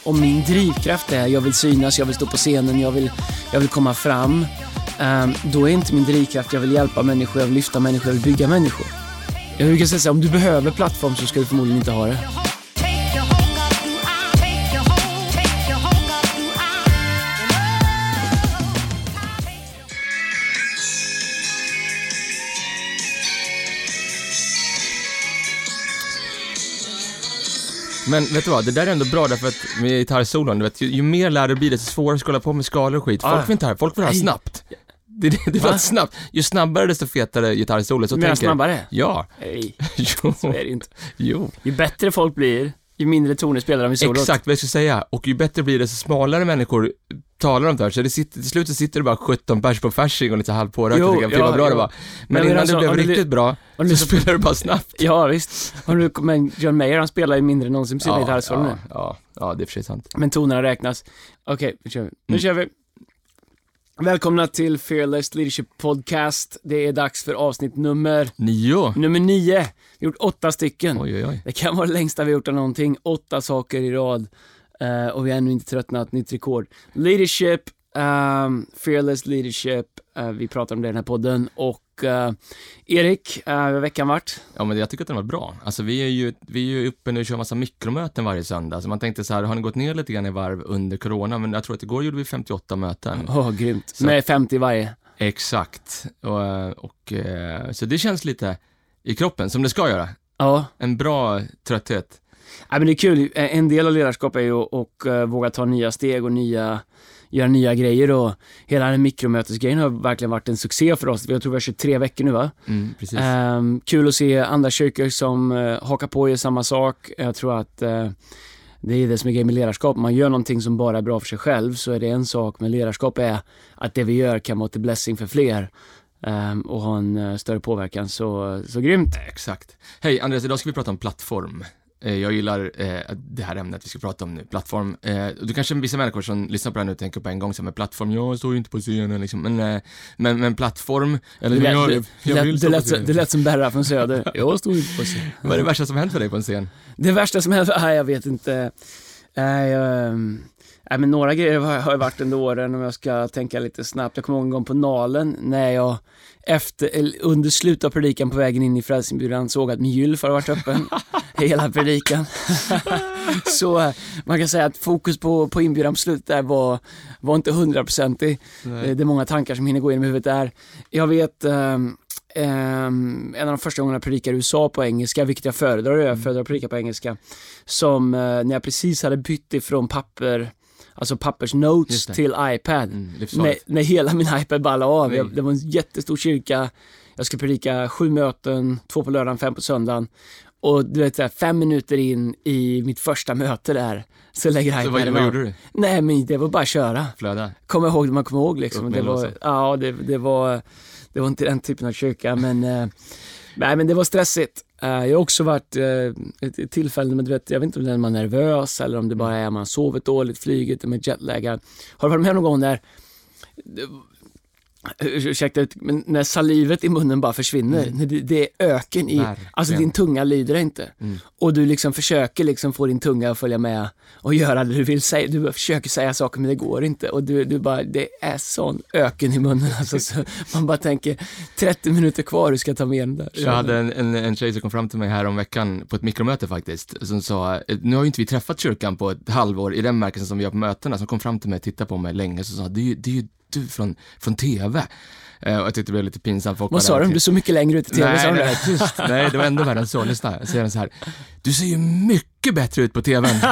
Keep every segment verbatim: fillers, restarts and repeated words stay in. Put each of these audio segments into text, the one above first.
om min drivkraft är jag vill synas, jag vill stå på scenen, jag vill, jag vill komma fram, um, då är inte min drivkraft jag vill hjälpa människor, jag vill lyfta människor, jag vill bygga människor. Jag brukar säga så, om du behöver plattform så ska du förmodligen inte ha det. Men vet du vad, det där är ändå bra därför att med gitarrsolon, du vet, ju, ju mer lärare blir det, så svårare att hålla på med skalor och skit. Folk ah. vill inte ha, folk vill ha snabbt. Det, det, det var snabbt. Ju snabbare desto fetare gitarrsolo. Så mer tänker snabbare? Ja. Nej, jo. så är det inte. Jo. Ju bättre folk blir, ju mindre toner spelar de i solot. Exakt vad jag ska säga. Och ju bättre blir det, så smalare människor talar om det här. Så det sitter, till slut så sitter det bara sjutton pers på Fasching och lite halvpårökt. Jo, ja, vad bra jo. det var. Men, men innan alltså, det blev riktigt du, bra så du, spelar du bara snabbt. Ja, visst. Du, men John Mayer, han spelar ju mindre än någonsin på sina ja, gitarrsolon ja, nu. ja, ja, det är för sig sant. Men tonerna räknas. Okej, okay, nu kör vi. Nu mm. kör vi. Välkomna till Fearless Leadership Podcast. Det är dags för avsnitt nummer nio. Nummer nio. Vi har gjort åtta stycken. Oj, oj, oj. Det kan vara det längsta vi har gjort av någonting. Åtta saker i rad. Uh, och vi har ännu inte tröttnat. Nytt rekord. Leadership. Um, Fearless Leadership. Uh, vi pratar om det i den här podden. Och uh, Erik, uh, hur har veckan varit? Ja, men jag tycker att den var bra. Alltså vi är ju, vi är ju uppe nu och kör massa mikromöten varje söndag. Så man tänkte så här, har ni gått ner lite grann i varv under corona? Men jag tror att igår gjorde vi femtioåtta möten. Åh, oh, grymt. Så, med femtio varje. Exakt. Och, och, så det känns lite i kroppen, som det ska göra. Ja. En bra trötthet. Ja, men det är kul. En del av ledarskap är ju att och, uh, våga ta nya steg och nya... göra nya grejer, och hela den mikromötesgrejen har verkligen varit en succé för oss. Jag tror vi har tjugotre veckor nu, va? Mm, precis. Um, kul att se andra kyrkor som uh, hakar på i samma sak. Jag tror att uh, det är det som är grejen med ledarskap. Man gör någonting som bara är bra för sig själv, så är det en sak. Men ledarskap är att det vi gör kan vara till blessing för fler. Um, och ha en uh, större påverkan, så, så grymt. Exakt. Hej Andreas, idag ska vi prata om plattform. Jag gillar eh, det här ämnet vi ska prata om nu, plattform. Eh, du kanske vissa människor som lyssnar på det här nu tänker på en gång som med plattform, jag står ju inte på scenen liksom, men, eh, men, men plattform eller det, jag, det, jag, jag vill det, lät, det lät som Berra från Söder. Jag står inte på scenen. Vad är det värsta som hänt för dig på en scen? Det värsta som hänt, nej jag vet inte. Nej, jag, nej men några grejer har, har varit under åren, om jag ska tänka lite snabbt. Jag kommer ihåg en gång på Nalen när jag efter, under slutet av predikan på vägen in i Frälsningsbjudan såg att min gylf har varit öppen hela predikan. Så man kan säga att fokus på, på inbjudan på slutet där var, var inte hundraprocentig. Det är många tankar som hinner gå in i huvudet där. Jag vet um, um, en av de första gångerna jag predikade i U S A på engelska, vilket jag föredrar, jag föredrar att predika på engelska, som uh, när jag precis hade bytt ifrån papper, alltså pappersnotes till iPad. Mm, när, när hela min iPad ballade av. Jag, det var en jättestor kyrka. Jag skulle predika sju möten, två på lördagen, fem på söndagen. Och du vet, så här, fem minuter in i mitt första möte där, så lägger iPaden. Så vad, vad gjorde du? Nej, men det var bara att köra. Flöda? Kommer ihåg, man kommer ihåg liksom. Det var, ja, det, det var det var inte den typen av kyrka, men eh, nej, men det var stressigt. Uh, jag har också varit uh, ett tillfälle, men du vet, jag vet inte om det är man är nervös eller om det bara är man sovit dåligt, flyget med jetlagar. Har du varit med någon gång där ursäkta, men när salivet i munnen bara försvinner, mm. när det, det är öken i, Verkligen. Alltså din tunga lyder inte. Mm. Och du liksom försöker liksom få din tunga att följa med och göra det du vill säga. Du försöker säga saker, men det går inte. Och du, du bara, det är sån öken i munnen. Alltså, så man bara tänker, trettio minuter kvar, du ska ta med den där. Jag hade en, en, en tjej som kom fram till mig här om veckan på ett mikromöte faktiskt, som sa, nu har ju inte vi träffat kyrkan på ett halvår i den märkelsen som vi har på mötena, som kom fram till mig och tittade på mig länge, så sa, det är ju, det är ju du från, från T V. Uh, och jag tyckte det blev lite pinsamt. Folk Vad sa du? Du är så mycket längre ut i T V. Nej, det var tyst. Nej, det var ändå värre än så. Lyssna, jag säger den så här. Du ser ju mycket bättre ut på T V:n.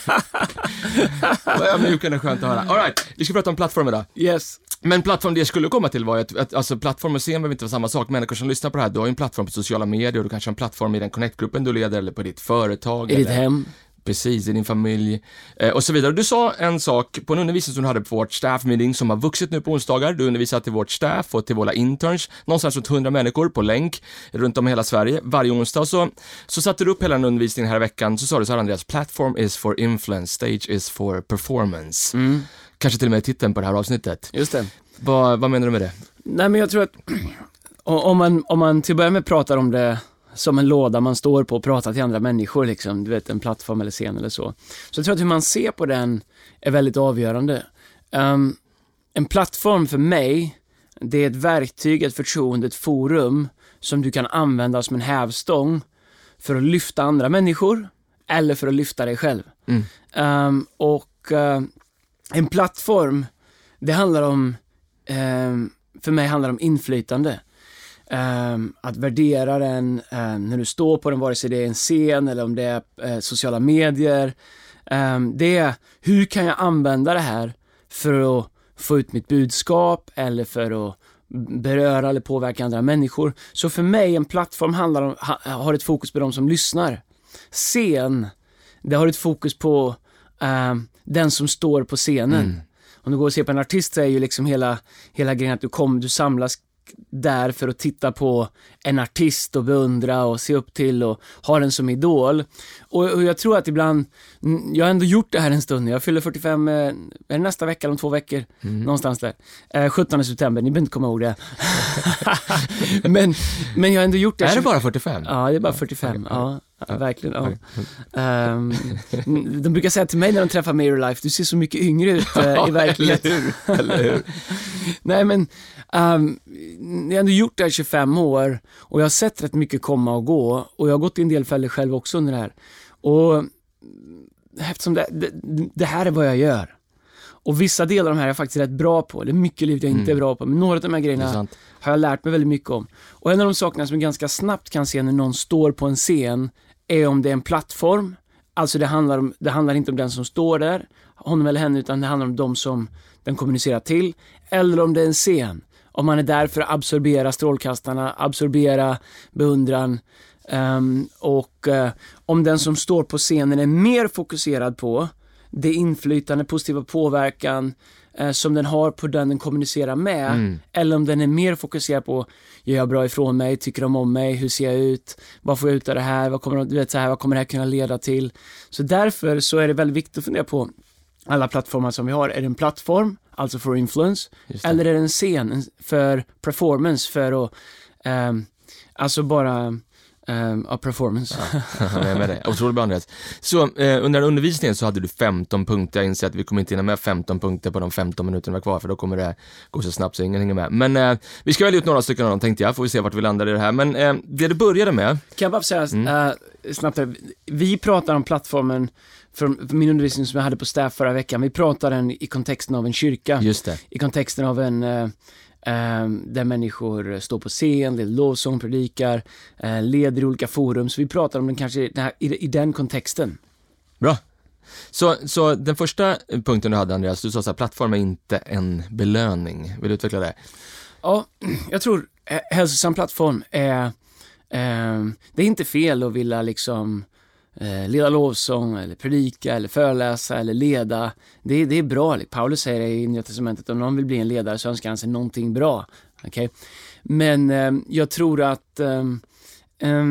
Vad mjukt och skönt att höra. All right, vi ska prata om plattform idag. Yes. Men plattform, det jag skulle komma till var att, att alltså, plattform och scen behöver inte vara samma sak. Människor som lyssnar på det här, du har ju en plattform på sociala medier, och du kanske har en plattform i den connect-gruppen du leder, eller på ditt företag. I eller... ditt hem. Precis, i din familj eh, och så vidare. Du sa en sak på en undervisning som du hade på vårt staff meeting som har vuxit nu på onsdagar. Du undervisar till vårt staff och till våra interns, någonstans runt hundra människor på länk runt om i hela Sverige varje onsdag. Och så, så satte du upp hela den undervisningen här i veckan. Så sa du så här, Andreas, platform is for influence, stage is for performance. Mm. Kanske till och med titeln på det här avsnittet. Just det. Va, vad menar du med det? Nej, men jag tror att om man, om man till att börja med pratar om det som en låda man står på och pratar till andra människor, liksom, du vet, en plattform eller scen eller så. Så jag tror att hur man ser på den är väldigt avgörande. Um, en plattform för mig, det är ett verktyg, ett förtroende, ett forum som du kan använda som en hävstång för att lyfta andra människor eller för att lyfta dig själv. Mm. Um, och uh, en plattform, det handlar om, um, för mig handlar det om inflytande. Um, att värdera den um, när du står på den, vare sig det är en scen eller om det är uh, sociala medier. Um, det är, hur kan jag använda det här för att få ut mitt budskap eller för att beröra eller påverka andra människor. Så för mig, en plattform handlar om, ha, har ett fokus på de som lyssnar. Scen, det har ett fokus på uh, den som står på scenen. Mm. Om du går och ser på en artist så är ju liksom hela, hela grejen att du kommer, du samlas där för att titta på en artist och beundra och se upp till och ha den som idol. Och, och jag tror att ibland, jag har ändå gjort det här en stund. Jag fyller fyrtiofem eh, nästa vecka, om två veckor, mm. någonstans där. Eh, sjuttonde september, ni behöver inte komma ihåg det. men, men jag har ändå gjort det. Är det bara fyrtiofem? Ja, det är bara fyrtiofem, ja. Ja, verkligen, ja. Um, de brukar säga till mig när de träffar mig i real life, du ser så mycket yngre ut uh, i verkligheten. Eller hur? Eller hur? Nej, men um, jag har ändå gjort det här tjugofem år och jag har sett rätt mycket komma och gå, och jag har gått i en del fällor själv också under det här. Och eftersom det, det, det här är vad jag gör. Och vissa delar av de här är jag faktiskt rätt bra på. Det är mycket liv jag inte mm. är bra på. Men några av de här grejerna har jag lärt mig väldigt mycket om. Och en av de sakerna som jag ganska snabbt kan se när någon står på en scen är om det är en plattform. Alltså det handlar, om, det handlar inte om den som står där, honom eller henne, utan det handlar om de som den kommunicerar till. Eller om det är en scen. Om man är där för att absorbera strålkastarna, absorbera beundran. Um, och uh, om den som står på scenen är mer fokuserad på det inflytande, positiva påverkan eh, som den har på den den kommunicerar med, mm. eller om den är mer fokuserad på, gör jag bra ifrån mig, tycker de om mig, hur ser jag ut, vad får jag ut av det här, vad kommer, du vet, så här, vad kommer det här kunna leda till. Så därför så är det väldigt viktigt att fundera på alla plattformar som vi har. Är det en plattform, alltså för influence, eller är det en scen för performance, för att eh, alltså bara Um, av performance. Ja, jag är med det. Otroligt bra, Andreas. Så eh, under undervisningen så hade du femton punkter. Jag inser att vi kommer inte hinna med femton punkter på de femton minuterna kvar, för då kommer det gå så snabbt så ingen hänger med. Men eh, vi ska välja ut några stycken av dem, tänkte jag. Får vi se vart vi landar i det här. Men eh, det du började med... Kan jag bara säga mm. uh, snabbt här. Vi pratar om plattformen från min undervisning som jag hade på staff förra veckan. Vi pratar den i kontexten av en kyrka. Just det. I kontexten av en... Uh, Um, där människor står på scen, det är lovsång, predikar, uh, leder i olika forum. Så vi pratar om den kanske den här, i, i den kontexten. Bra. Så, så den första punkten du hade, Andreas, du sa så här, plattform är inte en belöning. Vill du utveckla det? Ja, jag tror eh, hälsosam plattform är eh, det är inte fel att vilja liksom eh, leda lovsång eller predika eller föreläsa eller leda. Det, det är bra. Paulus säger det i Nya testamentet, om någon vill bli en ledare så önskar han sig någonting bra. Okay? Men eh, jag tror att eh, eh,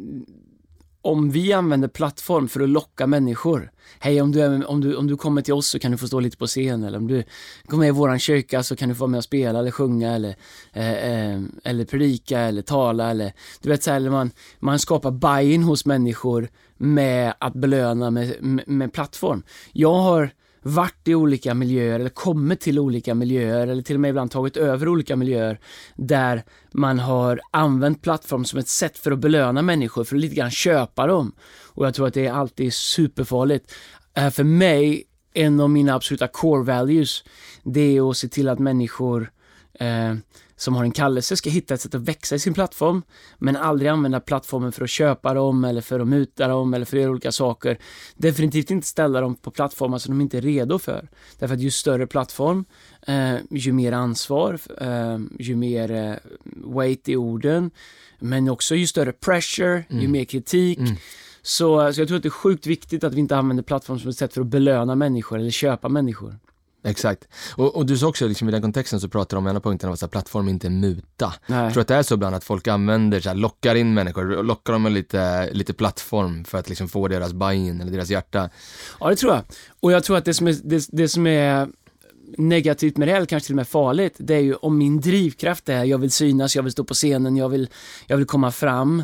om vi använder plattform för att locka människor. Hej, om du, är, om, du, om du kommer till oss så kan du få stå lite på scen. Eller om du kommer med i våran kyrka så kan du få vara med och spela eller sjunga eller, eh, eh, eller predika eller tala. Eller, du vet, så här, man, man skapar buy-in hos människor med att belöna med, med, med plattform. Jag har varit i olika miljöer eller kommit till olika miljöer eller till och med ibland tagit över olika miljöer där man har använt plattform som ett sätt för att belöna människor, för att lite grann köpa dem. Och jag tror att det är alltid superfarligt. Uh, för mig, en av mina absoluta core values, det är att se till att människor uh, som har en kallelse ska hitta ett sätt att växa i sin plattform, men aldrig använda plattformen för att köpa dem eller för att muta dem eller för att göra olika saker. Definitivt inte ställa dem på plattformar som de inte är redo för. Därför att ju större plattform, eh, ju mer ansvar, eh, ju mer eh, weight i orden, men också ju större pressure, mm. ju mer kritik. Mm. Så, så jag tror att det är sjukt viktigt att vi inte använder plattform som ett sätt för att belöna människor eller köpa människor. Exakt. Och, och du sa också liksom, i den kontexten så pratar de om en av punkterna att plattform inte är muta. Nej. Jag tror att det är så ibland att folk använder så här, lockar in människor, lockar dem med lite, lite plattform för att liksom få deras buy-in eller deras hjärta. Ja, det tror jag. Och jag tror att det som är, det, det som är negativt med det, eller kanske till och med farligt, det är ju om min drivkraft är jag vill synas, jag vill stå på scenen, jag vill, jag vill komma fram,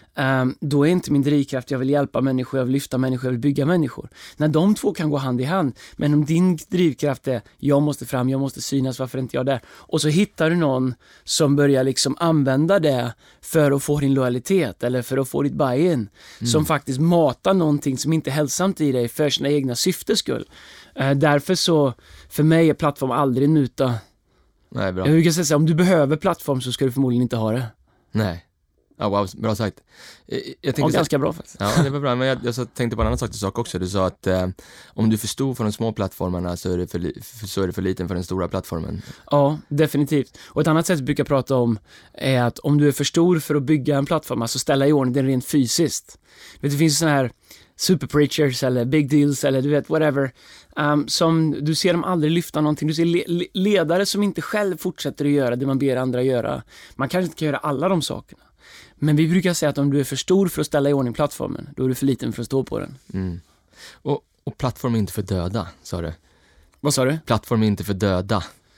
Um, då är inte min drivkraft, jag vill hjälpa människor, jag vill lyfta människor, jag vill bygga människor. När de två kan gå hand i hand, men om din drivkraft är, jag måste fram, jag måste synas, varför inte jag där? Och så hittar du någon som börjar liksom använda det för att få din lojalitet eller för att få ditt buy-in, mm. som faktiskt matar någonting som inte är hälsosamt i dig för sina egna syfters skull. Uh, därför så, för mig är plattform aldrig en muta. Nej, bra. Jag kan säga, om du behöver plattform så ska du förmodligen inte ha det. Nej. Ja, oh, wow, bra sagt. Jag, jag ja, ganska bra faktiskt. Ja, det var bra, men jag, jag tänkte på en annan sak, sak också. Du sa att eh, om du är för stor för de små plattformarna så är, det för, för, så är det för liten för den stora plattformen. Ja, definitivt. Och ett annat sätt vi brukar prata om är att om du är för stor för att bygga en plattform, alltså ställa i ordning den rent fysiskt. Vet, det finns sådana här super preachers eller big deals eller du vet, whatever. Um, som du ser dem aldrig lyfta någonting. Du ser le- ledare som inte själv fortsätter att göra det man ber andra göra. Man kanske inte kan göra alla de sakerna. Men vi brukar säga att om du är för stor för att ställa i ordning plattformen, då är du för liten för att stå på den. Mm. Och, och plattform är inte för döda, sa du? Vad sa du? Plattform är inte för döda.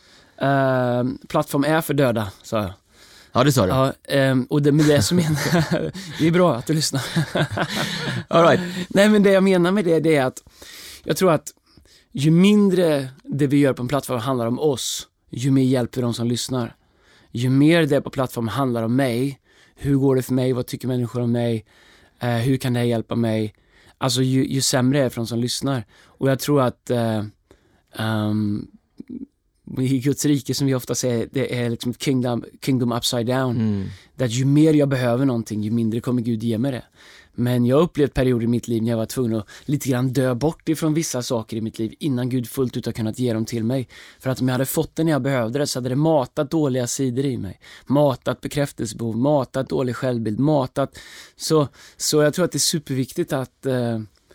Uh, plattform är för döda, sa jag. Ja, det sa du. Ja, um, och det med det som menar... det är bra att du lyssnar. All right. Nej, men det jag menar med det, det är att jag tror att ju mindre det vi gör på en plattform handlar om oss, ju mer hjälper de som lyssnar. Ju mer det på plattformen handlar om mig, hur går det för mig, vad tycker människor om mig, uh, hur kan det hjälpa mig, alltså ju, ju sämre är det för de som lyssnar. Och jag tror att uh, um, i Guds rike, som vi ofta säger, det är liksom ett kingdom, kingdom upside down. Mm. Där ju mer jag behöver någonting, ju mindre kommer Gud ge mig det. Men jag har upplevt perioder i mitt liv när jag var tvungen att lite grann dö bort ifrån vissa saker i mitt liv innan Gud fullt ut har kunnat ge dem till mig. För att om jag hade fått det när jag behövde det så hade det matat dåliga sidor i mig. Matat bekräftelsebehov, matat dålig självbild, matat. Så, så jag tror att det är superviktigt att... Uh,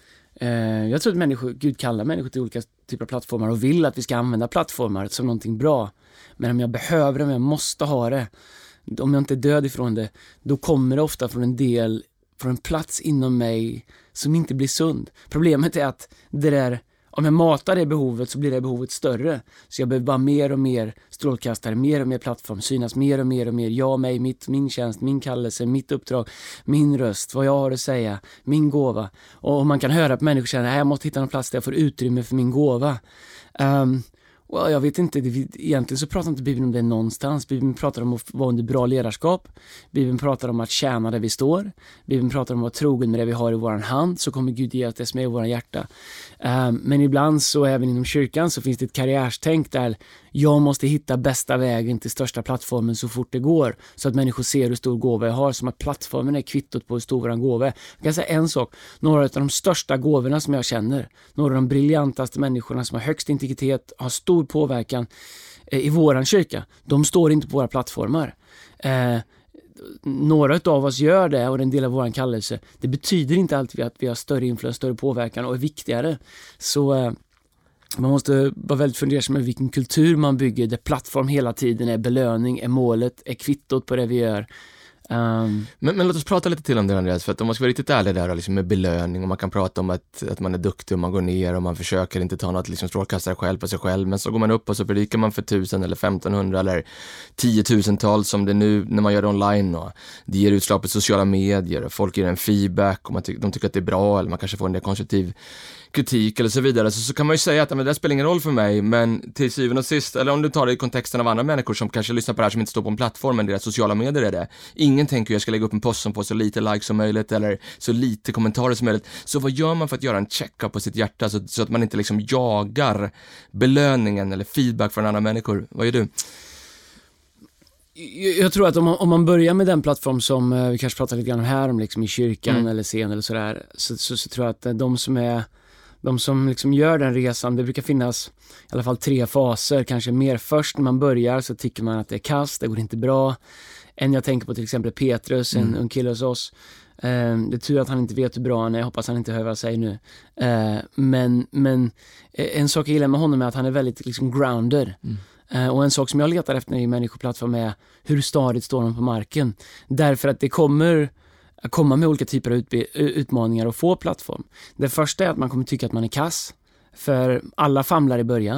uh, jag tror att människor, Gud kallar människor till olika typer av plattformar och vill att vi ska använda plattformar som någonting bra. Men om jag behöver det, om jag måste ha det, om jag inte är död ifrån det, då kommer det ofta från en del, från en plats inom mig som inte blir sund. Problemet är att det där, om jag matar det behovet så blir det behovet större. Så jag behöver bara mer och mer strålkastare, mer och mer plattform, synas mer och mer och mer. Jag, mig, mitt, min tjänst, min kallelse, mitt uppdrag, min röst, vad jag har att säga, min gåva. Och man kan höra på människor känna att jag måste hitta någon plats där jag får utrymme för min gåva. Um, well, jag vet inte, det, egentligen så pratar inte Bibeln om det någonstans. Bibeln pratar om att vara under bra ledarskap. Bibeln pratar om att tjäna där vi står. Bibeln pratar om att vara trogen med det vi har i våran hand, så kommer Gud ge oss det som är i våra hjärta. Um, men ibland så även inom kyrkan så finns det ett karriärstänk där jag måste hitta bästa vägen till största plattformen så fort det går, så att människor ser hur stor gåva jag har, som att plattformen är kvittot på hur stor våran gåva är. Jag kan säga en sak, några av de största gåvorna som jag känner, några av de briljantaste människorna som har högst integritet, har stor påverkan eh, i våran kyrka, de står inte på våra plattformar. Eh, några av oss gör det och det är en del av våran kallelse. Det betyder inte alltid att vi har större influens, större påverkan och är viktigare. Så eh, man måste vara väldigt fundersam med vilken kultur man bygger, där plattform hela tiden är belöning, är målet, är kvittot på det vi gör. Um, men, men låt oss prata lite till om det, Andreas, för att om man ska vara riktigt ärlig där liksom med belöning, och man kan prata om att, att man är duktig och man går ner och man försöker inte ta något liksom strålkastare själv på sig själv, men så går man upp och så predikar man för tusen eller femtonhundra eller tiotusentals som det nu när man gör det online, och det ger utslag på sociala medier och folk ger en feedback och man ty- de tycker att det är bra, eller man kanske får en del konstruktiv kritik eller så vidare, så, så kan man ju säga att men det spelar ingen roll för mig, men till syvende och sist, eller om du tar det i kontexten av andra människor som kanske lyssnar på det här som inte står på en plattform, men deras sociala medier är det. Ingen tänker jag ska lägga upp en post som får så lite likes som möjligt eller så lite kommentarer som möjligt. Så vad gör man för att göra en check-up på sitt hjärta så, så att man inte liksom jagar belöningen eller feedback från andra människor? Vad gör du? Jag tror att om man, om man börjar med den plattform som eh, vi kanske pratar lite grann om här, om liksom i kyrkan mm. eller scen eller sådär, så, så, så tror jag att de som är de som liksom gör den resan, det brukar finnas i alla fall tre faser, kanske mer. Först när man börjar så tycker man att det är kast, det går inte bra. En jag tänker på till exempel Petrus, mm. en ung kille hos oss. Eh, det är tur att han inte vet hur bra han är, jag hoppas han inte hör vad jag säger nu. Eh, men, men en sak jag gillar med honom är att han är väldigt liksom grounded. Mm. Uh, och en sak som jag letar efter i människoplattform är hur stadigt står de på marken. Därför att det kommer att komma med olika typer av utbe- utmaningar att få plattform. Det första är att man kommer tycka att man är kass. För alla famlar i början.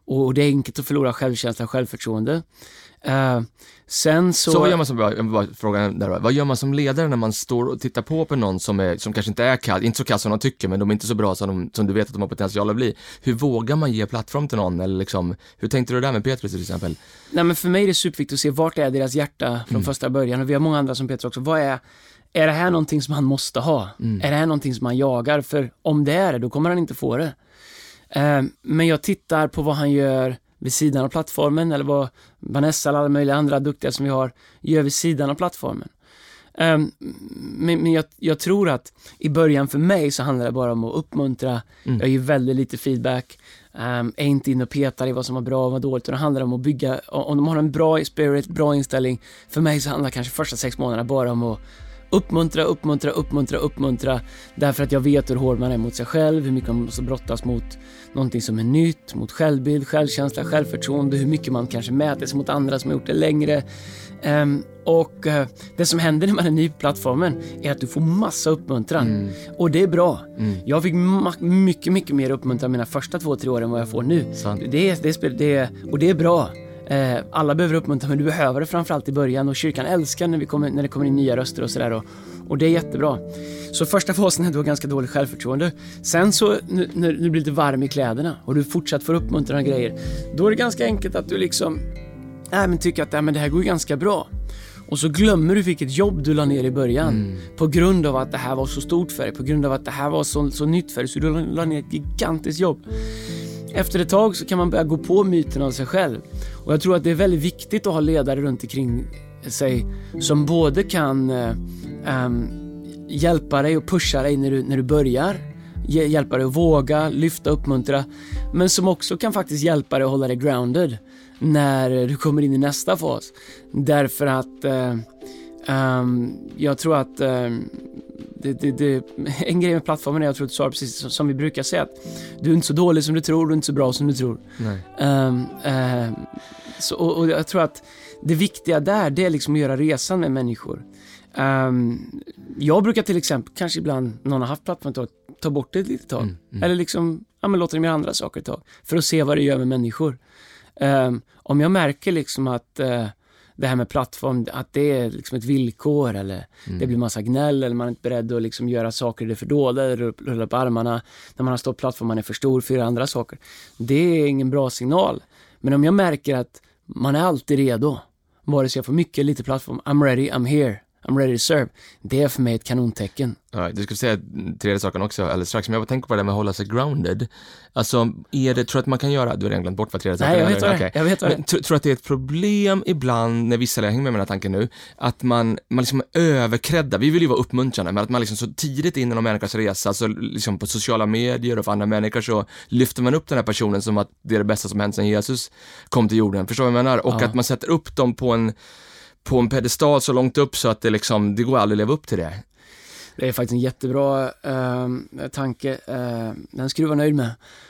och det är enkelt att förlora självkänsla och självförtroende. Uh, sen så... Så vad gör man som, jag bara fråga där då, vad gör man som ledare när man står och tittar på på någon som, är, som kanske inte är kall, inte så kall som de tycker, men de är inte så bra som, de, som du vet att de har potential att bli. Hur vågar man ge plattform till någon? Eller liksom, hur tänkte du där med Petrus till exempel? Nej, men för mig är det superviktigt att se vart är deras hjärta från mm. första början, och vi har många andra som Petrus också. Vad är, är det här någonting som han måste ha? Mm. Är det här någonting som han jagar? För om det är det, då kommer han inte få det. Uh, men jag tittar på vad han gör vid sidan av plattformen, eller vad Vanessa eller alla möjliga andra duktiga som vi har gör vid sidan av plattformen. Um, men men jag, jag tror att i början för mig så handlar det bara om att uppmuntra. Mm. Jag ger väldigt lite feedback. Um, är inte in och petar i vad som var bra och vad dåligt. Det handlar om att bygga, om de har en bra spirit, bra inställning. För mig så handlar kanske första sex månaderna bara om att uppmuntra, uppmuntra, uppmuntra, uppmuntra. Därför att jag vet hur hård man är mot sig själv, hur mycket man måste brottas mot någonting som är nytt, mot självbild, självkänsla, självförtroende, hur mycket man kanske mäter sig mot andra som har gjort det längre. Um, och uh, det som händer när man är ny på plattformen är att du får massa uppmuntran. Mm. Och det är bra. Mm. Jag fick ma- mycket, mycket mer uppmuntran mina första två, tre år än vad jag får nu. Det är, det är, det är, och det är bra. Uh, alla behöver uppmuntran, men du behöver det framförallt i början. Och kyrkan älskar när, vi kommer, när det kommer in nya röster och sådär. Och, och det är jättebra. Så första fasen är du har ganska dåligt självförtroende. Sen så, nu, när du blir lite varm i kläderna och du fortsatt får uppmuntran och grejer, då är det ganska enkelt att du liksom äh, men tycker att äh, men det här går ganska bra. Och så glömmer du vilket jobb du la ner i början. Mm. På grund av att det här var så stort för dig. På grund av att det här var så, så nytt för dig. Så du la ner ett gigantiskt jobb. Efter ett tag så kan man börja gå på myten av sig själv. Och jag tror att det är väldigt viktigt att ha ledare runt omkring sig som både kan um, hjälpa dig och pusha dig när du, när du börjar. Hjälpa dig att våga, lyfta, uppmuntra. Men som också kan faktiskt hjälpa dig att hålla dig grounded när du kommer in i nästa fas. Därför att uh, um, jag tror att uh, det, det, det, en grej med plattformen är, jag tror att du sa precis som vi brukar säga, att du är inte så dålig som du tror, du är inte så bra som du tror. Nej. Um, uh, så, och, och jag tror att det viktiga där, det är liksom att göra resan med människor. Um, jag brukar till exempel, kanske ibland någon har haft plattformen ett tag, ta bort det ett litet tag. Mm, mm. Eller liksom, ja, men låta dem göra andra saker ett tag. För att se vad det gör med människor. Um, om jag märker liksom att uh, det här med plattform, att det är liksom ett villkor, eller mm. det blir massa gnäll, eller man är inte beredd att liksom göra saker det är för dåligt, eller rulla på armarna när man har stått plattform, man är för stor för andra saker. Det är ingen bra signal. Men om jag märker att man är alltid redo, vare sig jag får mycket eller lite plattform, I'm ready, I'm here, I'm ready to serve. Det är för mig ett kanontecken. Ja, du skulle säga tredje saken också, eller strax, men jag tänker på det med att hålla sig grounded. Alltså, är det, tror att man kan göra, du har redan glömt bort vad tredje saken är. Nej, jag vet vad det är. Jag vet vad det är. Tror att det är ett problem ibland, när vissa, jag hänger med mina tankar nu, att man, man liksom överkräddar, vi vill ju vara uppmuntrande, men att man liksom så tidigt in i någon människas resa, så liksom på sociala medier och för andra människor, så lyfter man upp den här personen som att det är det bästa som hänt sedan Jesus kom till jorden. Förstår du vad jag menar? Och ja. Att man sätter upp dem på en på en pedestal så långt upp så att det liksom, det går aldrig att leva upp till det. Det är faktiskt en jättebra uh, tanke. Uh, den ska du vara nöjd med.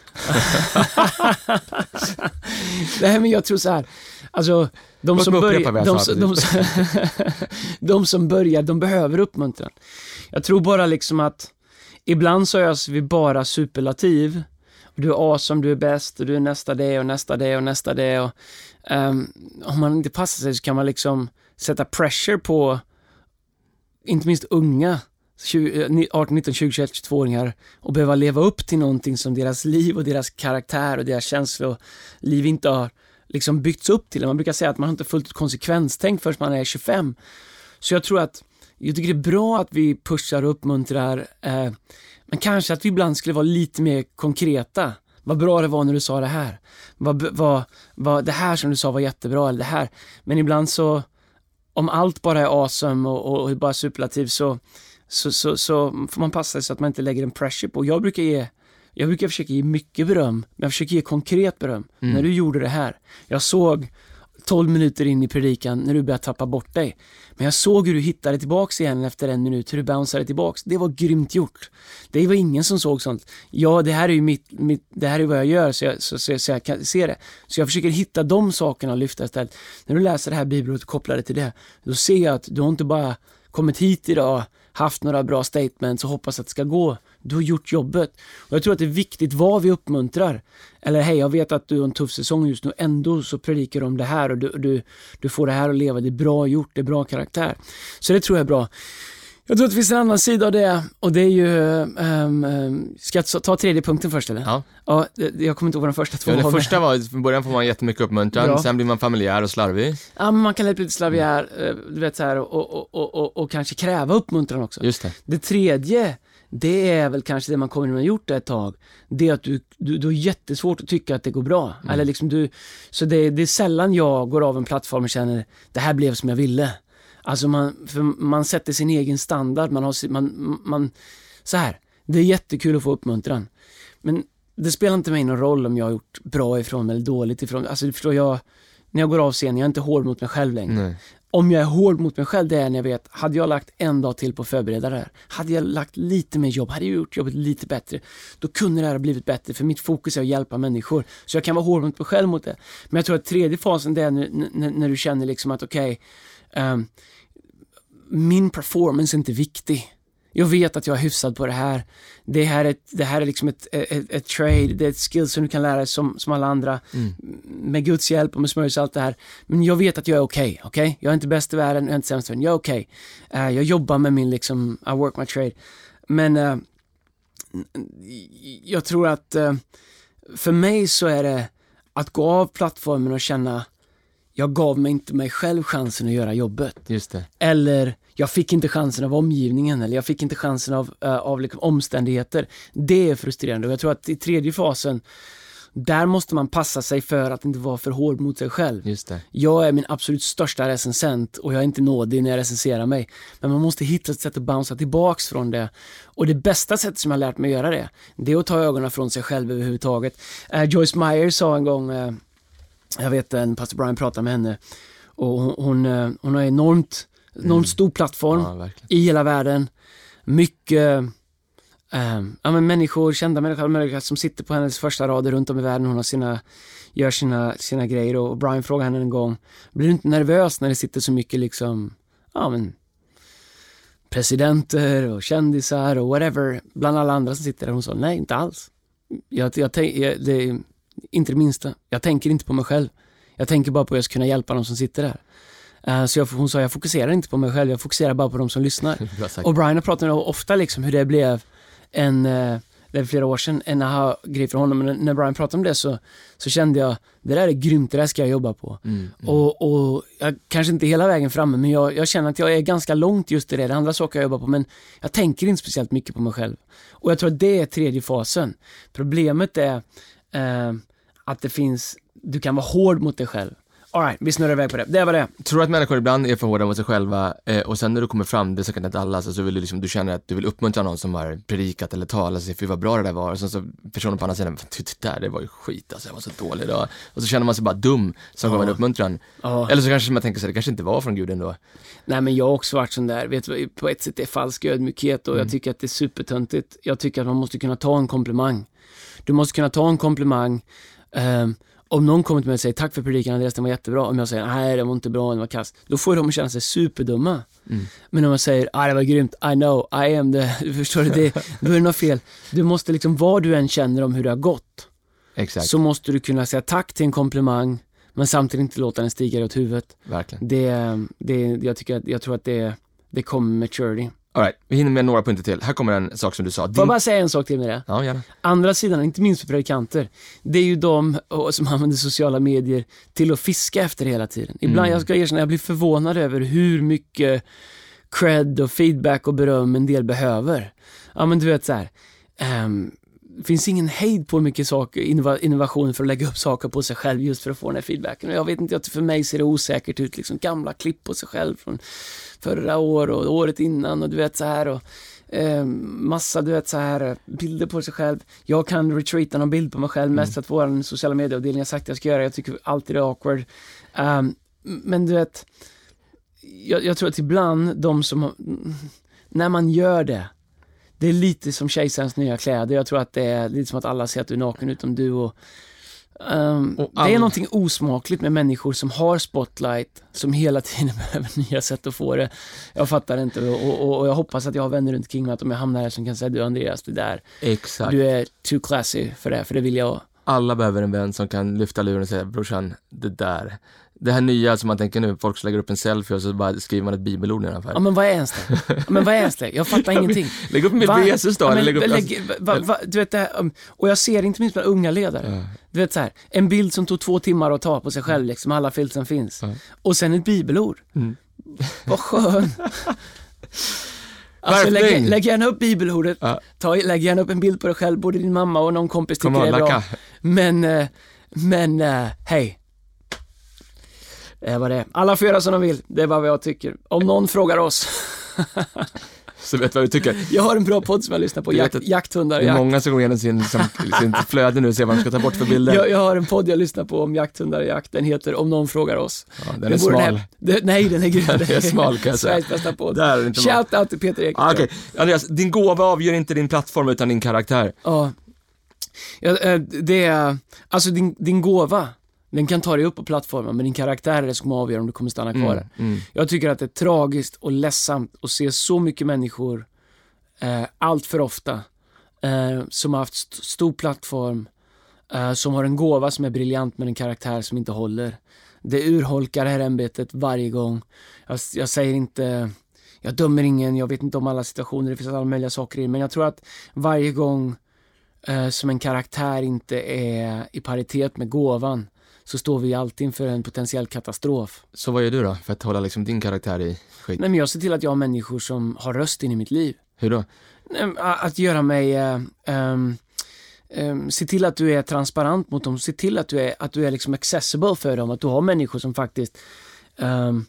Nej, men jag tror så här. Alltså, de som, börjar, de, de, de, de som börjar, de behöver uppmuntran. Jag tror bara liksom att ibland så är vi bara superlativ. Du är awesome, du är bäst, och du är nästa det och nästa det och nästa det. Och, um, om man inte passar sig så kan man liksom sätta pressure på inte minst unga arton, nitton, tjugo, tjugoett, tjugotvå-åringar och behöva leva upp till någonting som deras liv och deras karaktär och deras känsloliv inte har liksom byggts upp till. Man brukar säga att man inte har fullt ut konsekvenstänk förrän man är tjugofem. Så jag tror att jag tycker det är bra att vi pushar och uppmuntrar, eh, men kanske att vi ibland skulle vara lite mer konkreta. Vad bra det var när du sa det här. Vad, vad, vad, det här som du sa var jättebra, eller det här. Men ibland så, om allt bara är awesome och, och, och bara superlativ, så, så, så, så får man passa sig så att man inte lägger en pressure på. Jag brukar ge, jag brukar försöka ge mycket beröm, men jag försöker ge konkret beröm. Mm. När du gjorde det här. Jag såg tolv minuter in i predikan när du började tappa bort dig. Men jag såg hur du hittade tillbaks igen efter en minut, hur du bounceade tillbaks. Det var grymt gjort. Det var ingen som såg sånt. Ja, det här är ju mitt, mitt det här är vad jag gör, så jag, så, så, så jag kan se det. Så jag försöker hitta de sakerna och lyfta istället. När du läser det här bibelordet och kopplar det till det, då ser jag att du har inte bara kommit hit idag, haft några bra statements och hoppas att det ska gå. du har gjort jobbet. Och jag tror att det är viktigt vad vi uppmuntrar. Eller hej, jag vet att du har en tuff säsong just nu, ändå så predikar du om det här och du, du, du får det här att leva, det är bra gjort, det är bra karaktär. Så det tror jag är bra. Jag tror att det finns en annan sida av det, och det är ju um, um, ska jag ta tredje punkten först eller? Ja. Ja, jag kommer inte ihåg vad den första två ja, var. Det första var, i början får man jättemycket uppmuntran, Bra. Sen blir man familjär och slarvig. Ja, men man kan lätt bli lite slavigär, du vet så här, och, och, och, och, och kanske kräva uppmuntran också. Just det. Det tredje, det är väl kanske det man kommer att ha gjort det ett tag. Det är att du, du, du har jättesvårt att tycka att det går bra. Mm. Eller liksom du, så det, det är sällan jag går av en plattform och känner, det här blev som jag ville. Alltså man, för man sätter sin egen standard, man har man, man, så här, det är jättekul att få uppmuntran. Men det spelar inte mig någon roll om jag har gjort bra ifrån eller dåligt ifrån. Alltså du förstår, jag, när jag går av scenen, jag är inte hård mot mig själv längre. Nej. Om jag är hård mot mig själv, det är när jag vet, hade jag lagt en dag till på att förbereda det här, hade jag lagt lite mer jobb, hade jag gjort jobbet lite bättre, då kunde det här ha blivit bättre, för mitt fokus är att hjälpa människor. Så jag kan vara hård mot mig själv mot det. Men jag tror att tredje fasen, det är när, när, när du känner liksom att okej, okay, um, min performance är inte viktig. Jag vet att jag är hyfsad på det här. Det här är, det här är liksom ett, ett, ett trade, det är ett skill som du kan lära dig som, som alla andra. Mm. Med Guds hjälp och med smörjelse och allt det här. Men jag vet att jag är okej, okay, okay? Jag är inte bäst i världen, jag är inte sämst i världen. Jag är okej. Okay. Uh, jag jobbar med min liksom, I work my trade. Men uh, jag tror att uh, för mig så är det att gå av plattformen och känna, jag gav mig inte mig själv chansen att göra jobbet. Just det. Eller jag fick inte chansen av omgivningen, eller jag fick inte chansen av, uh, av liksom omständigheter. Det är frustrerande. Och jag tror att i tredje fasen, där måste man passa sig för att inte vara för hård mot sig själv. Just det. Jag är min absolut största recensent och jag är inte nådig när jag recenserar mig. Men man måste hitta ett sätt att bouncea tillbaks från det. Och det bästa sättet som jag har lärt mig att göra det, det är att ta ögonen från sig själv överhuvudtaget. Uh, Joyce Meyer sa en gång, uh, jag vet en pastor Brian pratade med henne, och hon, hon, uh, hon har enormt enormt mm. stor plattform ja, i hela världen. Mycket äh, ja, men människor, kända människor, människor som sitter på hennes första rader runt om i världen. Hon har sina, gör sina, sina grejer. Och Brian frågade henne en gång, blir du inte nervös när det sitter så mycket liksom, ja men presidenter och kändisar och whatever bland alla andra som sitter där? Hon sa, nej, inte alls. Jag, jag, jag, det är inte det minsta. Jag tänker inte på mig själv. Jag tänker bara på att jag ska kunna hjälpa dem som sitter där. Uh, så jag, hon sa, jag fokuserar inte på mig själv, jag fokuserar bara på de som lyssnar. Och Brian har pratat ofta liksom hur det blev en, uh, det är flera år sedan, en aha-grej för honom. Men när Brian pratade om det så, så kände jag, det där är grymt, det där ska jag jobba på. Mm, mm. Och, och jag kanske inte hela vägen framme, men jag, jag känner att jag är ganska långt just i det. Det är andra saker jag jobbar på, men jag tänker inte speciellt mycket på mig själv. Och jag tror att det är tredje fasen. Problemet är uh, att det finns, du kan vara hård mot dig själv. All right, vi snurrar iväg på det. Det var det. Tror du att människor ibland är för hårda mot sig själva eh, och sen när du kommer fram, det är säkert inte alla, så, så vill du, liksom, du känner att du vill uppmuntra någon som har predikat eller talat sig för vad bra det där var, och sen så personen på andra sidan, det där det var ju skit, alltså jag var så dålig då. Och så känner man sig bara dum som gav en uppmuntran. Ja. Eller så kanske man tänker sig det kanske inte var från Gud ändå. Nej, men jag har också varit sån där, vet du, på ett sätt är falsk ödmjukhet och mm. jag tycker att det är supertöntigt. Jag tycker att man måste kunna ta en komplimang. Du måste kunna ta en komplimang. Um, Om någon kommer till mig och säger tack för predikan, Andreas, den var jättebra. Om jag säger nej, det var inte bra, den var kass, då får de känna sig superdumma. Mm. Men om jag säger ah, det var grymt, I know, I am the, du förstår det, då är det något fel. Du måste liksom, vad du än känner om hur det har gått, exakt, så måste du kunna säga tack till en komplimang, men samtidigt inte låta den stiga dig åt huvudet. Verkligen. Det, det, jag, tycker att, jag tror att det, det kommer maturity. All right, vi hinner med några punkter till. Här kommer en sak som du sa. Din... Får jag bara säga en sak till med det? Ja, gärna. Andra sidan, inte minst för predikanter, det är ju de som använder sociala medier till att fiska efter hela tiden. Ibland, mm. jag ska erkänna, jag blir förvånad över hur mycket cred och feedback och beröm en del behöver. Ja, men du vet så här, um, det finns ingen hejd på mycket saker, innovation för att lägga upp saker på sig själv just för att få den här feedbacken. Och jag vet inte, för mig ser det osäkert ut, liksom gamla klipp på sig själv från förra år och året innan och du vet så här, och eh, massa du vet så här bilder på sig själv. Jag kan retweeta någon bild på mig själv, mm. mest att vår sociala medieavdelning har sagt att jag ska göra. Jag tycker alltid det är awkward. Um, men du vet, jag, jag tror att ibland de som, när man gör det, det är lite som kejsarens nya kläder. Jag tror att det är lite som att alla ser att du är naken utom du, och Um, all... Det är någonting osmakligt med människor som har spotlight, som hela tiden behöver nya sätt att få det. Jag fattar inte, och, och, och jag hoppas att jag har vänner runt omkring mig, att om jag hamnar här som kan säga, du Andreas, det där, exakt. Du är too classy för det, för det vill jag. Alla behöver en vän som kan lyfta luren och säga, brorsan, det där. Det här nya som man tänker nu, folk som lägger upp en selfie och så bara skriver man ett bibelord i alla fall. Ja, men vad är ens det? Ja, men vad är ens det? Jag fattar ingenting. Lägg upp en bild på Jesus då. Ja, men, lägg upp, lägg, va, va, du vet det här, och jag ser inte minst med unga ledare. Ja. Du vet så här, en bild som tog två timmar att ta på sig själv, liksom, alla filtren finns. Ja. Och sen ett bibelord. Mm. Vad skön. Alltså, lägg, lägg gärna upp bibelordet. Ja. Ta, lägg gärna upp en bild på dig själv, både din mamma och någon kompis tycker det är bra. Men, men, uh, hej. Det var det. Alla får göra som de vill. Det är vad jag tycker. Om någon frågar oss. Så vet vad du tycker. Jag har en bra podd som jag lyssnar på. Jak- jakthundar. Det är många som går igenom sin, som, sin flöde nu och ser vad de ska ta bort för bilder. Jag, jag har en podd jag lyssnar på om jakthundar och jakt. Den heter Om någon frågar oss. Ja, den är smal. Den här, det, nej, den är grym. Den är smal, kan jag säga. Sveriges bästa podd. Shout out till Peter Ekström. Ah, okay. Andreas, din gåva avgör inte din plattform utan din karaktär. Ja. ja det är, alltså din, din gåva, den kan ta dig upp på plattformen, men din karaktär är det som kommer avgöra om du kommer stanna kvar där. Mm, mm. Jag tycker att det är tragiskt och ledsamt att se så mycket människor eh, allt för ofta eh, som har haft st- stor plattform, eh, som har en gåva som är briljant men en karaktär som inte håller. Det urholkar det här ämbetet varje gång. Jag, jag säger inte, jag dömer ingen, jag vet inte om alla situationer, det finns alla möjliga saker i, men jag tror att varje gång eh, som en karaktär inte är i paritet med gåvan, så står vi alltid inför en potentiell katastrof. Så vad gör du då för att hålla liksom din karaktär i skit? Nej, men jag ser till att jag har människor som har röst in i mitt liv. Hur då? Att göra mig... Uh, um, um, se till att du är transparent mot dem. Se till att du är, att du är liksom accessible för dem. Att du har människor som faktiskt... Um,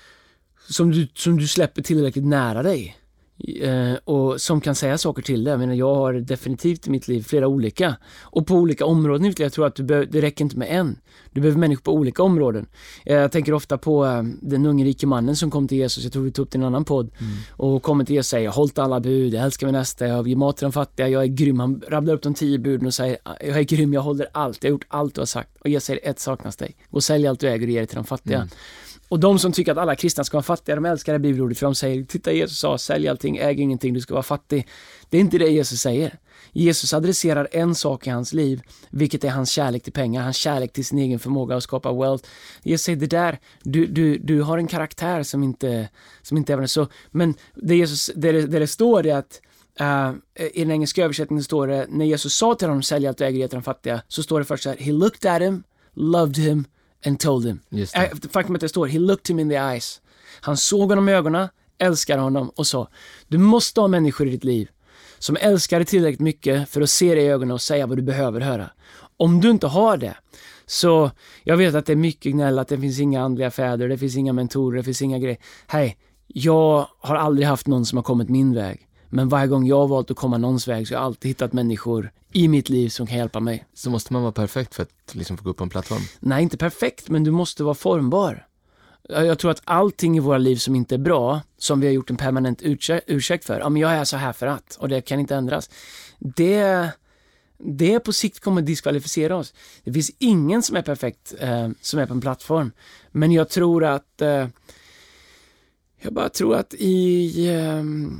som, du, som du släpper tillräckligt nära dig. Uh, och som kan säga saker till dig. Jag menar, jag har definitivt i mitt liv flera olika. Och på olika områden. Jag tror att du be- det räcker inte med en. Du behöver människor på olika områden. Jag tänker ofta på uh, den unge rike mannen som kom till Jesus. Jag tror vi tog upp det i en annan podd. Mm. Och kommer till Jesus och säger, jag har hållit alla bud, jag älskar min nästa, jag ger mat till de fattiga, jag är grym. Han rabblar upp de tio buden och säger, jag är grym, jag håller allt, jag har gjort allt du har sagt. Och Jesus säger, ett saknas dig. Och sälj allt du äger och ge det till de fattiga. Mm. Och de som tycker att alla kristna ska vara fattiga, de älskar det bibelordet, för de säger, titta, Jesus sa, sälj allting, äg ingenting, du ska vara fattig. Det är inte det Jesus säger. Jesus adresserar en sak i hans liv, vilket är hans kärlek till pengar, hans kärlek till sin egen förmåga att skapa wealth. Jesus säger, det där, du, du, du har en karaktär som inte, som inte är så. Men det, Jesus, det, det, det står är att Uh, i den engelska översättningen står det, när Jesus sa till dem, sälj allt och äger, ge till de fattiga, så står det först så här, he looked at him, loved him and told him. Just det. Äh, faktum att det står, he looked him in the eyes. Han såg honom i ögonen, älskar honom och sa, du måste ha människor i ditt liv som älskar dig tillräckligt mycket för att se dig i ögonen och säga vad du behöver höra. Om du inte har det, så jag vet att det är mycket gnäll, att det finns inga andliga fäder, det finns inga mentorer, det finns inga grejer. Hej, jag har aldrig haft någon som har kommit min väg. Men varje gång jag har valt att komma någons väg, så har jag alltid hittat människor i mitt liv som kan hjälpa mig. Så måste man vara perfekt för att liksom få gå upp på en plattform? Nej, inte perfekt, men du måste vara formbar. Jag tror att allting i våra liv som inte är bra, som vi har gjort en permanent ursäkt, ursäkt för, ja, men jag är så här för att, och det kan inte ändras. Det, det på sikt kommer att diskvalificera oss. Det finns ingen som är perfekt eh, som är på en plattform. Men jag tror att eh, jag bara tror att i... Eh,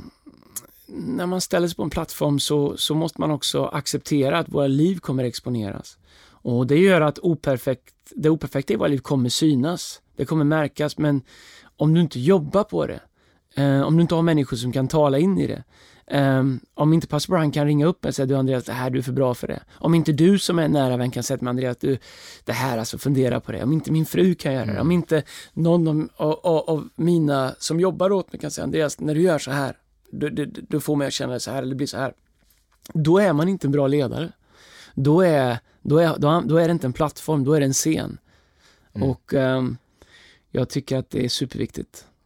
när man ställer sig på en plattform så, så måste man också acceptera att våra liv kommer exponeras. Och det gör att operfekt, det operfekta i våra liv kommer synas. Det kommer märkas, men om du inte jobbar på det, eh, om du inte har människor som kan tala in i det, eh, om inte pastor Brian kan ringa upp och säga, du Andreas, det här du är för bra för det. Om inte du som är nära vän kan säga till Andreas, du, det här alltså, fundera på det. Om inte min fru kan göra det, om inte någon av, av, av mina som jobbar åt mig kan säga, Andreas, när du gör så här, Du, du, du får mig att känna det så här, eller det blir så här. Då är man inte en bra ledare. Då är, då är, då, då är det inte en plattform, då är det en scen. Mm. Och um, jag tycker att det är superviktigt.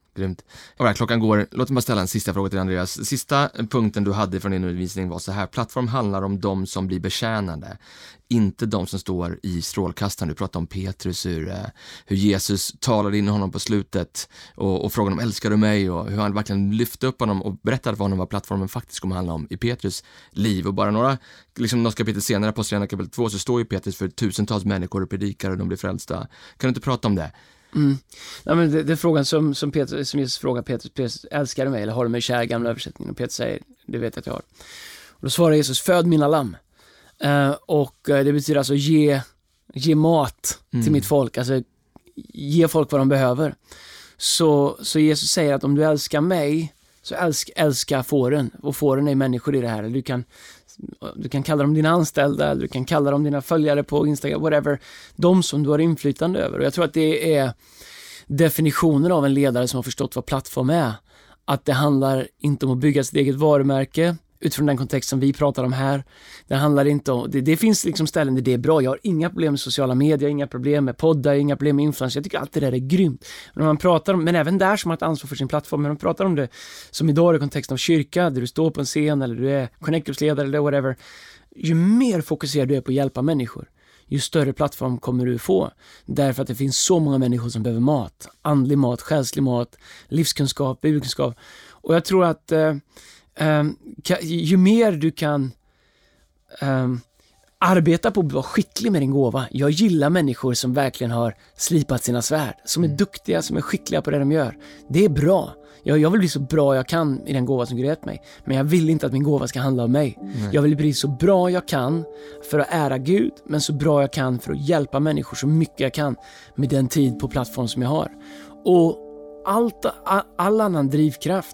Grymt. All right, klockan går. Låt mig bara ställa en sista fråga till Andreas. Sista punkten du hade från din undervisning var så här: plattform handlar om de som blir betjänade, inte de som står i strålkastaren. Du pratade om Petrus, hur, hur Jesus talade in honom på slutet och, och frågade om älskar du mig, och hur han verkligen lyfte upp honom och berättade för honom vad plattformen faktiskt kommer handla om i Petrus liv. Och bara några, liksom några kapitel senare, på Apostlagärningarna kapitel två, så står ju Petrus för tusentals människor och predikar och de blir frälsta. Kan du inte prata om det? Mm. Ja, men det, det är frågan som, som, Peter, som Jesus frågar Petrus, Petrus, älskar du mig eller har du mig kär, gamla översättningen, och Petrus säger, det vet jag att jag har. Och då svarar Jesus, föd mina lamm. Uh, och uh, det betyder alltså ge, ge mat mm. till mitt folk, alltså ge folk vad de behöver. Så, så Jesus säger att om du älskar mig, så älsk, älska fåren, och fåren är människor i det här. Du kan, du kan kalla dem dina anställda, eller du kan kalla dem dina följare på Instagram, whatever, de som du har inflytande över. Och jag tror att det är definitionen av en ledare som har förstått vad plattform är. Att det handlar inte om att bygga sitt eget varumärke utifrån den kontext som vi pratar om här. Det handlar inte om, det, det finns liksom ställen där det är bra. Jag har inga problem med sociala medier, inga problem med poddar, inga problem med influencer. Jag tycker allt det där är grymt. Men, man pratar om, men även där som har ett ansvar för sin plattform, men man pratar om det som idag i kontexten av kyrka, där du står på en scen eller du är connectors-ledare eller whatever. Ju mer fokuserad du är på att hjälpa människor, ju större plattform kommer du få. Därför att det finns så många människor som behöver mat. Andlig mat, själslig mat, livskunskap, bibelkunskap. Och jag tror att eh, Um, ju mer du kan um, arbeta på att vara skicklig med din gåva. Jag gillar människor som verkligen har slipat sina svärd, som är duktiga, som är skickliga på det de gör. Det är bra. Jag, jag vill bli så bra jag kan i den gåva som Gud gett mig. Men jag vill inte att min gåva ska handla om mig. Nej. Jag vill bli så bra jag kan för att ära Gud, men så bra jag kan för att hjälpa människor så mycket jag kan med den tid på plattform som jag har. Och allt, all, all annan drivkraft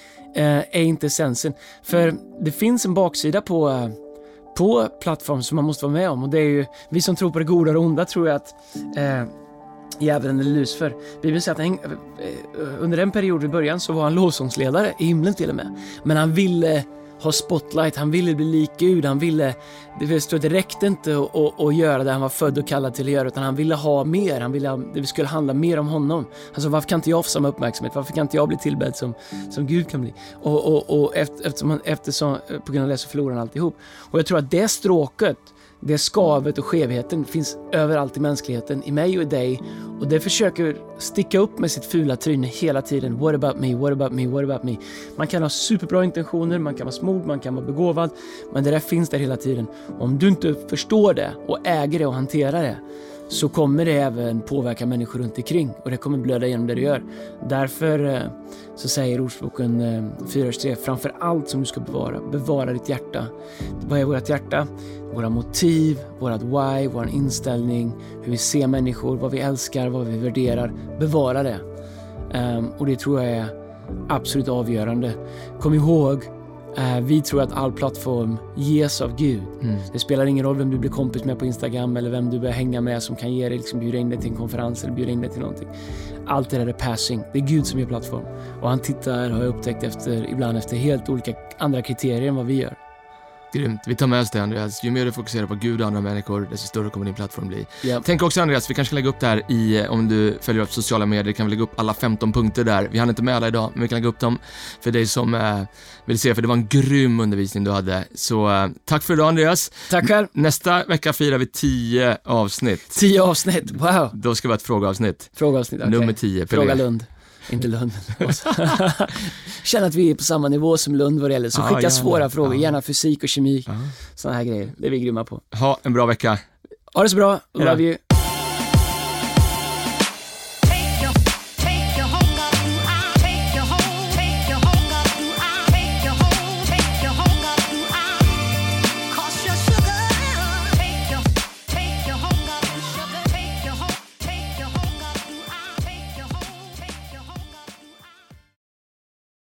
är inte essensen. För det finns en baksida på, på plattform som man måste vara med om. Och det är ju, vi som tror på det goda och onda tror jag att eh, djävulen eller Lucifer. Bibeln säger att han, eh, under en period i början så var han lovsångsledare i himlen till och med. Men han ville ha spotlight, han ville bli lik Gud, han ville, det stod det räckte inte att, att, att göra det han var född och kallad till att göra, utan han ville ha mer, han ville, det skulle handla mer om honom. Alltså varför kan inte jag få samma uppmärksamhet, varför kan inte jag bli tillbedd som, som Gud kan bli? Och, och, och efter, eftersom, eftersom, på grund av det så förlorar han alltihop. Och jag tror att det stråket, det skavet och skevheten finns överallt i mänskligheten, i mig och i dig, och det försöker sticka upp med sitt fula tryne hela tiden. What about me, what about me, what about me? Man kan ha superbra intentioner, man kan vara smord, man kan vara begåvad, men det där finns där hela tiden. Om du inte förstår det och äger det och hanterar det, så kommer det även påverka människor runt omkring, och det kommer blöda igenom det du gör. Därför så säger Ordsboken fyra tre, framför allt som du ska bevara, bevara ditt hjärta. Vad är vårt hjärta? Våra motiv, vårat why, vår inställning, hur vi ser människor, vad vi älskar, vad vi värderar. Bevara det. Um, och det tror jag är absolut avgörande. Kom ihåg, uh, vi tror att all plattform ges av Gud. Mm. Det spelar ingen roll vem du blir kompis med på Instagram eller vem du börjar hänga med som kan ge dig, liksom bjuda in dig till en konferens eller bjuda in dig till någonting. Allt det där är passing. Det är Gud som ger plattform. Och han tittar, har jag upptäckt, efter, ibland efter helt olika andra kriterier än vad vi gör. Grymt. Vi tar med oss det, Andreas. Ju mer du fokuserar på Gud och andra människor, desto större kommer din plattform bli. Yep. Tänk också, Andreas, vi kanske kan lägga upp det här i, om du följer upp sociala medier, kan vi lägga upp alla femton punkter där. Vi hann inte med alla idag, men vi kan lägga upp dem för dig som eh, vill se, för det var en grym undervisning du hade. Så eh, tack för idag, Andreas. Tack själv. Nästa vecka firar vi tio avsnitt. Tio avsnitt, wow. Då ska vi ha ett frågeavsnitt. Frågeavsnitt, okej. Okay. Nummer tio. Fråga Lund. Inte Lund. Känner att vi är på samma nivå som Lund vad det gäller. Så skicka ah, svåra frågor, ah. gärna fysik och kemi. Ah. Såna här grejer, det är vi grymma på. Ha en bra vecka. Ha det så bra, love you.